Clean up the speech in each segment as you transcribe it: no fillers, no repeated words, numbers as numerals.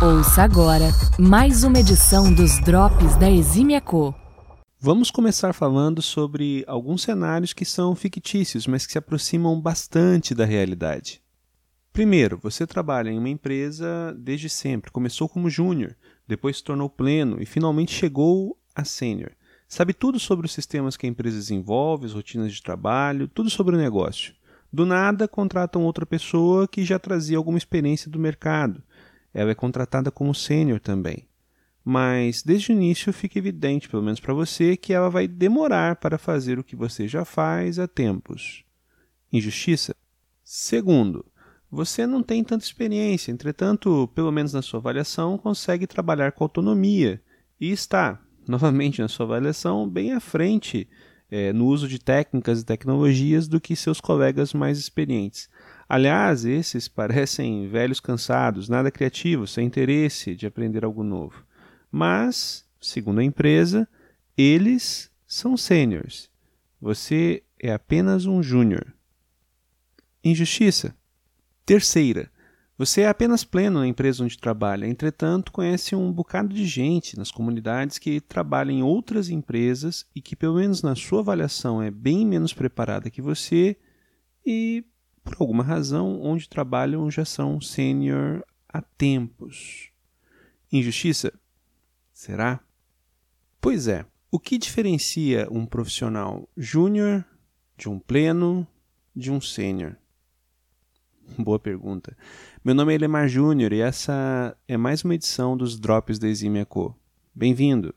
Ouça agora mais uma edição dos Drops da Exímia Co. Vamos começar falando sobre alguns cenários que são fictícios, mas que se aproximam bastante da realidade. Primeiro, você trabalha em uma empresa desde sempre, começou como júnior, depois se tornou pleno e finalmente chegou a sênior. Sabe tudo sobre os sistemas que a empresa desenvolve, as rotinas de trabalho, tudo sobre o negócio. Do nada, contratam outra pessoa que já trazia alguma experiência do mercado. Ela é contratada como sênior também. Mas, desde o início, fica evidente, pelo menos para você, que ela vai demorar para fazer o que você já faz há tempos. Injustiça? Segundo, você não tem tanta experiência, entretanto, pelo menos na sua avaliação, consegue trabalhar com autonomia e está, novamente na sua avaliação, bem à frente no uso de técnicas e tecnologias do que seus colegas mais experientes. Aliás, esses parecem velhos cansados, nada criativos, sem interesse de aprender algo novo. Mas, segundo a empresa, eles são sêniors. Você é apenas um júnior. Injustiça? Terceira, você é apenas pleno na empresa onde trabalha, entretanto conhece um bocado de gente nas comunidades que trabalha em outras empresas e que, pelo menos na sua avaliação, é bem menos preparada que você e, por alguma razão, onde trabalham já são sênior há tempos. Injustiça? Será? Pois é. O que diferencia um profissional júnior de um pleno de um sênior? Boa pergunta. Meu nome é Elemar Júnior e essa é mais uma edição dos Drops da Exímia Co. Bem-vindo!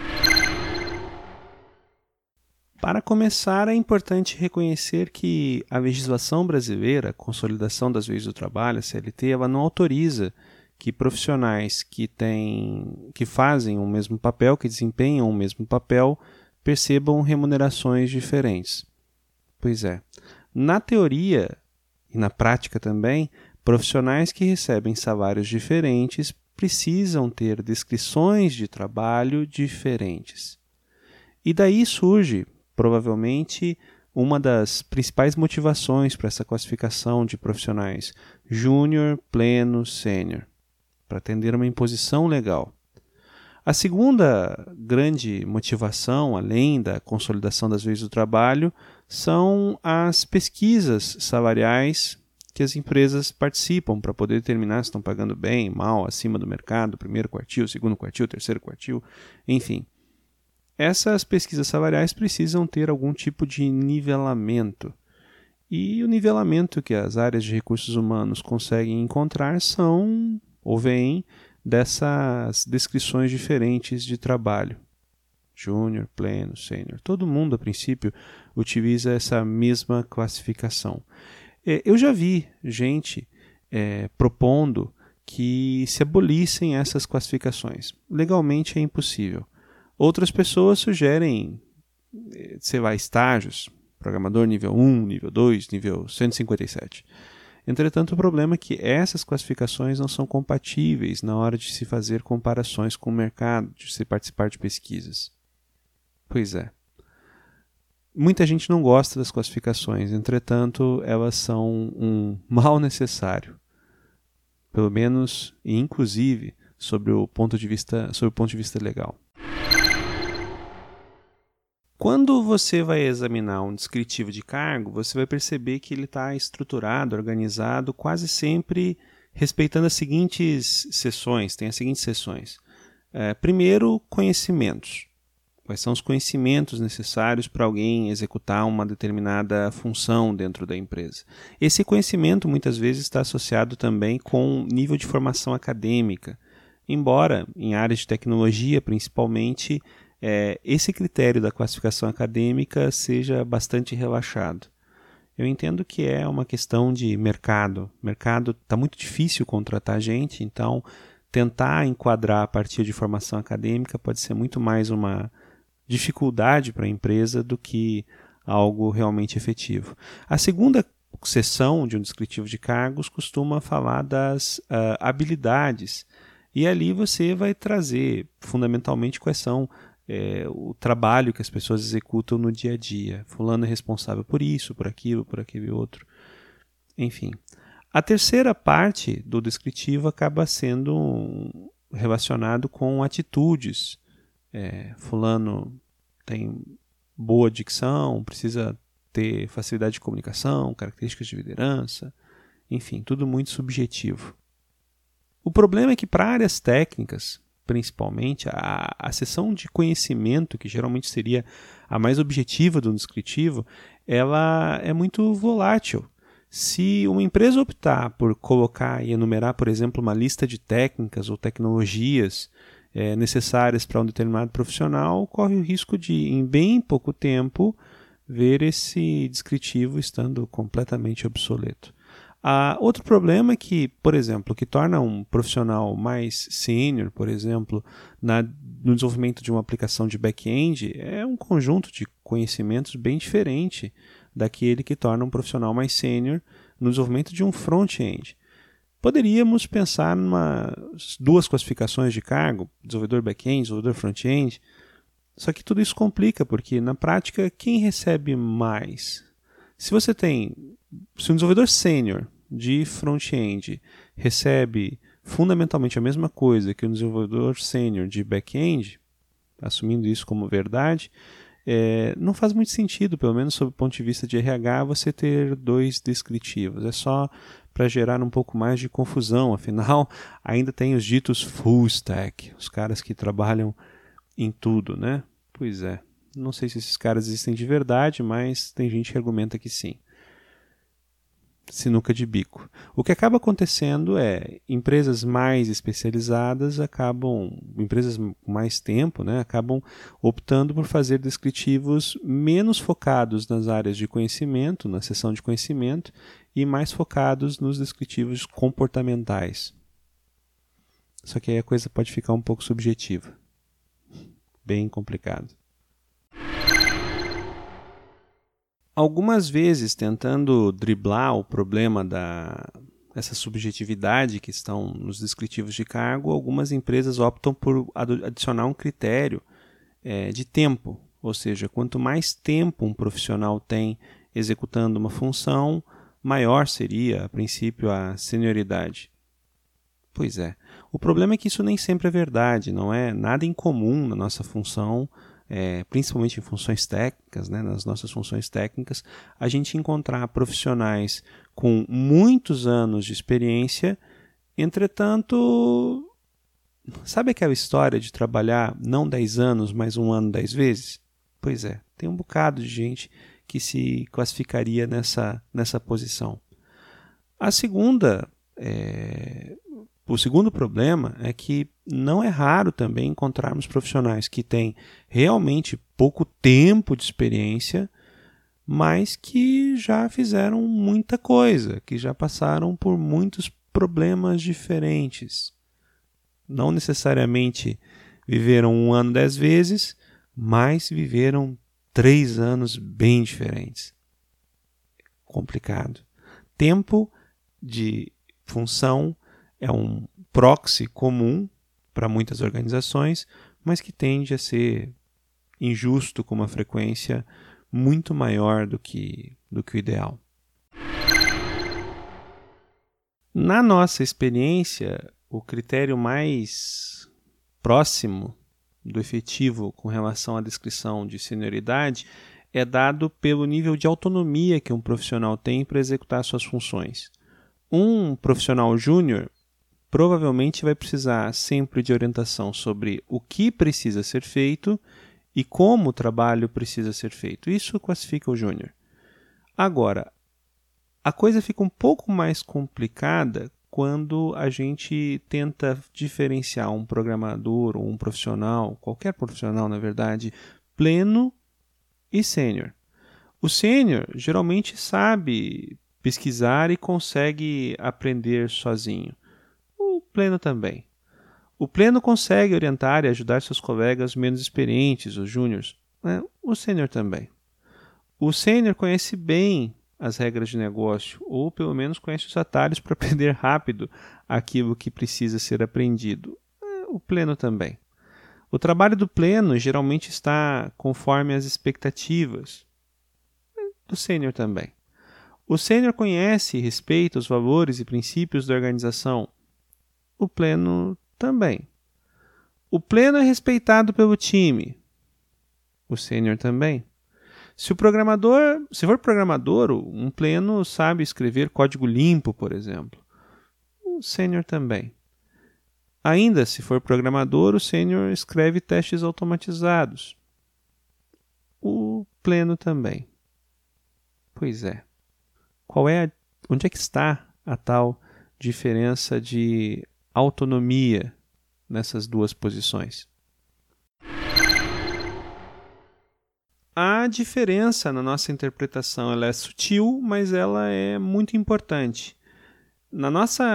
Para começar, é importante reconhecer que a legislação brasileira, a Consolidação das Leis do Trabalho, a CLT, ela não autoriza que profissionais que fazem o mesmo papel, que desempenham o mesmo papel, percebam remunerações diferentes. Pois é. Na teoria e na prática também, profissionais que recebem salários diferentes precisam ter descrições de trabalho diferentes. E daí surge, provavelmente, uma das principais motivações para essa classificação de profissionais júnior, pleno, sênior, para atender uma imposição legal. A segunda grande motivação, além da consolidação das leis do trabalho, são as pesquisas salariais que as empresas participam para poder determinar se estão pagando bem, mal, acima do mercado, primeiro quartil, segundo quartil, terceiro quartil, enfim. Essas pesquisas salariais precisam ter algum tipo de nivelamento. E o nivelamento que as áreas de recursos humanos conseguem encontrar são ou vêm dessas descrições diferentes de trabalho. Júnior, pleno, sênior. Todo mundo, a princípio, utiliza essa mesma classificação. Eu já vi gente propondo que se abolissem essas classificações. Legalmente é impossível. Outras pessoas sugerem, estágios, programador nível 1, nível 2, nível 157. Entretanto, o problema é que essas classificações não são compatíveis na hora de se fazer comparações com o mercado, de se participar de pesquisas. Pois é. Muita gente não gosta das classificações, entretanto, elas são um mal necessário. Pelo menos, e inclusive, sob o ponto de vista legal. Quando você vai examinar um descritivo de cargo, você vai perceber que ele está estruturado, organizado, quase sempre respeitando as seguintes seções. Tem as seguintes seções. Primeiro, conhecimentos. Quais são os conhecimentos necessários para alguém executar uma determinada função dentro da empresa? Esse conhecimento muitas vezes está associado também com nível de formação acadêmica. Embora em áreas de tecnologia, principalmente, esse critério da classificação acadêmica seja bastante relaxado. Eu entendo que é uma questão de mercado. O mercado está muito difícil contratar gente, então tentar enquadrar a partir de formação acadêmica pode ser muito mais uma dificuldade para a empresa do que algo realmente efetivo. A segunda seção de um descritivo de cargos costuma falar das habilidades, e ali você vai trazer fundamentalmente quais são o trabalho que as pessoas executam no dia a dia. Fulano é responsável por isso, por aquilo, por aquele outro. Enfim. A terceira parte do descritivo acaba sendo relacionado com atitudes. Fulano tem boa dicção, precisa ter facilidade de comunicação, características de liderança, enfim, tudo muito subjetivo. O problema é que para áreas técnicas, principalmente, a seção de conhecimento, que geralmente seria a mais objetiva do descritivo, ela é muito volátil. Se uma empresa optar por colocar e enumerar, por exemplo, uma lista de técnicas ou tecnologias necessárias para um determinado profissional, corre o risco de, em bem pouco tempo, ver esse descritivo estando completamente obsoleto. Outro problema é que, por exemplo, o que torna um profissional mais sênior, por exemplo, no desenvolvimento de uma aplicação de back-end, é um conjunto de conhecimentos bem diferente daquele que torna um profissional mais sênior no desenvolvimento de um front-end. Poderíamos pensar em duas classificações de cargo, desenvolvedor back-end, desenvolvedor front-end, só que tudo isso complica, porque na prática, quem recebe mais? Se um desenvolvedor sênior de front-end recebe fundamentalmente a mesma coisa que um desenvolvedor sênior de back-end, assumindo isso como verdade, não faz muito sentido, pelo menos sob o ponto de vista de RH, você ter dois descritivos. É só para gerar um pouco mais de confusão, afinal, ainda tem os ditos full stack, os caras que trabalham em tudo, né? Pois é, não sei se esses caras existem de verdade, mas tem gente que argumenta que sim. Sinuca de bico. O que acaba acontecendo é empresas mais especializadas empresas com mais tempo, né, acabam optando por fazer descritivos menos focados nas áreas de conhecimento, na seção de conhecimento, e mais focados nos descritivos comportamentais. Só que aí a coisa pode ficar um pouco subjetiva. Bem complicado. Algumas vezes, tentando driblar o problema dessa subjetividade que estão nos descritivos de cargo, algumas empresas optam por adicionar um critério de tempo. Ou seja, quanto mais tempo um profissional tem executando uma função, maior seria, a princípio, a senioridade. Pois é. O problema é que isso nem sempre é verdade, não é nada incomum na nossa função, principalmente em funções técnicas, né, nas nossas funções técnicas, a gente encontrar profissionais com muitos anos de experiência. Entretanto, sabe aquela história de trabalhar não 10 anos, mas 1 ano 10 vezes? Pois é, tem um bocado de gente que se classificaria nessa posição. O segundo problema é que não é raro também encontrarmos profissionais que têm realmente pouco tempo de experiência, mas que já fizeram muita coisa, que já passaram por muitos problemas diferentes. Não necessariamente viveram 1 ano 10 vezes, mas viveram 3 anos bem diferentes. Complicado. Tempo de função é um proxy comum para muitas organizações, mas que tende a ser injusto com uma frequência muito maior do que o ideal. Na nossa experiência, o critério mais próximo do efetivo com relação à descrição de senioridade é dado pelo nível de autonomia que um profissional tem para executar suas funções. Um profissional júnior provavelmente vai precisar sempre de orientação sobre o que precisa ser feito e como o trabalho precisa ser feito. Isso classifica o júnior. Agora, a coisa fica um pouco mais complicada quando a gente tenta diferenciar um programador ou um profissional, qualquer profissional, na verdade, pleno e sênior. O sênior geralmente sabe pesquisar e consegue aprender sozinho. O pleno também. O pleno consegue orientar e ajudar seus colegas menos experientes, os júniors. O sênior também. O sênior conhece bem as regras de negócio, ou pelo menos conhece os atalhos para aprender rápido aquilo que precisa ser aprendido. O pleno também. O trabalho do pleno geralmente está conforme as expectativas. Do sênior também. O sênior conhece e respeita os valores e princípios da organização? O pleno também. O pleno é respeitado pelo time? O sênior também. Se for programador, um pleno sabe escrever código limpo, por exemplo. O sênior também. Ainda, se for programador, o sênior escreve testes automatizados. O pleno também. Pois é. Onde é que está a tal diferença de autonomia nessas duas posições? A diferença na nossa interpretação ela é sutil, mas ela é muito importante. No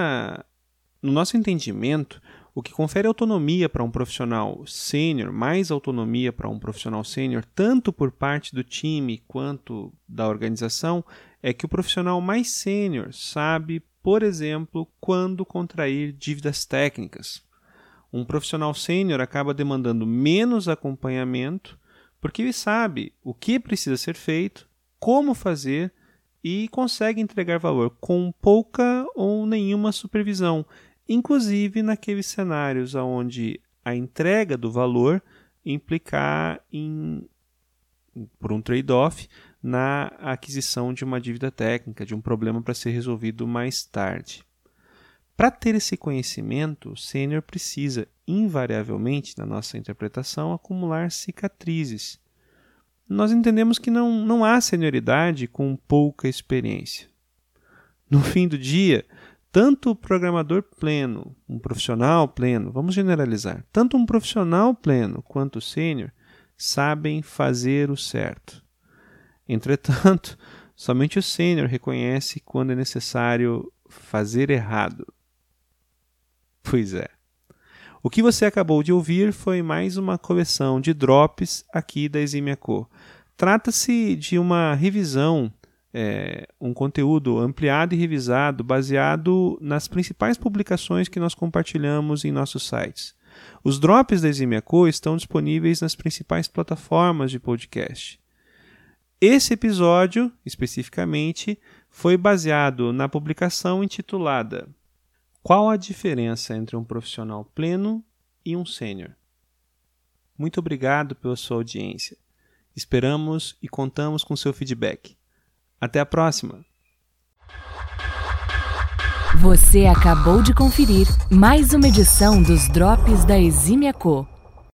nosso entendimento, o que confere autonomia para um profissional sênior, mais autonomia para um profissional sênior, tanto por parte do time quanto da organização, é que o profissional mais sênior sabe, por exemplo, quando contrair dívidas técnicas. Um profissional sênior acaba demandando menos acompanhamento, porque ele sabe o que precisa ser feito, como fazer e consegue entregar valor com pouca ou nenhuma supervisão, inclusive naqueles cenários onde a entrega do valor implicar por um trade-off na aquisição de uma dívida técnica, de um problema para ser resolvido mais tarde. Para ter esse conhecimento, o sênior precisa, invariavelmente, na nossa interpretação, acumular cicatrizes. Nós entendemos que não há senioridade com pouca experiência. No fim do dia, tanto o programador pleno, um profissional pleno, vamos generalizar, tanto um profissional pleno quanto o sênior sabem fazer o certo. Entretanto, somente o sênior reconhece quando é necessário fazer errado. Pois é. O que você acabou de ouvir foi mais uma coleção de drops aqui da ExímiaCo. Trata-se de uma revisão, um conteúdo ampliado e revisado baseado nas principais publicações que nós compartilhamos em nossos sites. Os drops da ExímiaCo estão disponíveis nas principais plataformas de podcast. Esse episódio, especificamente, foi baseado na publicação intitulada Qual a diferença entre um profissional pleno e um sênior? Muito obrigado pela sua audiência. Esperamos e contamos com seu feedback. Até a próxima! Você acabou de conferir mais uma edição dos Drops da ExímiaCo.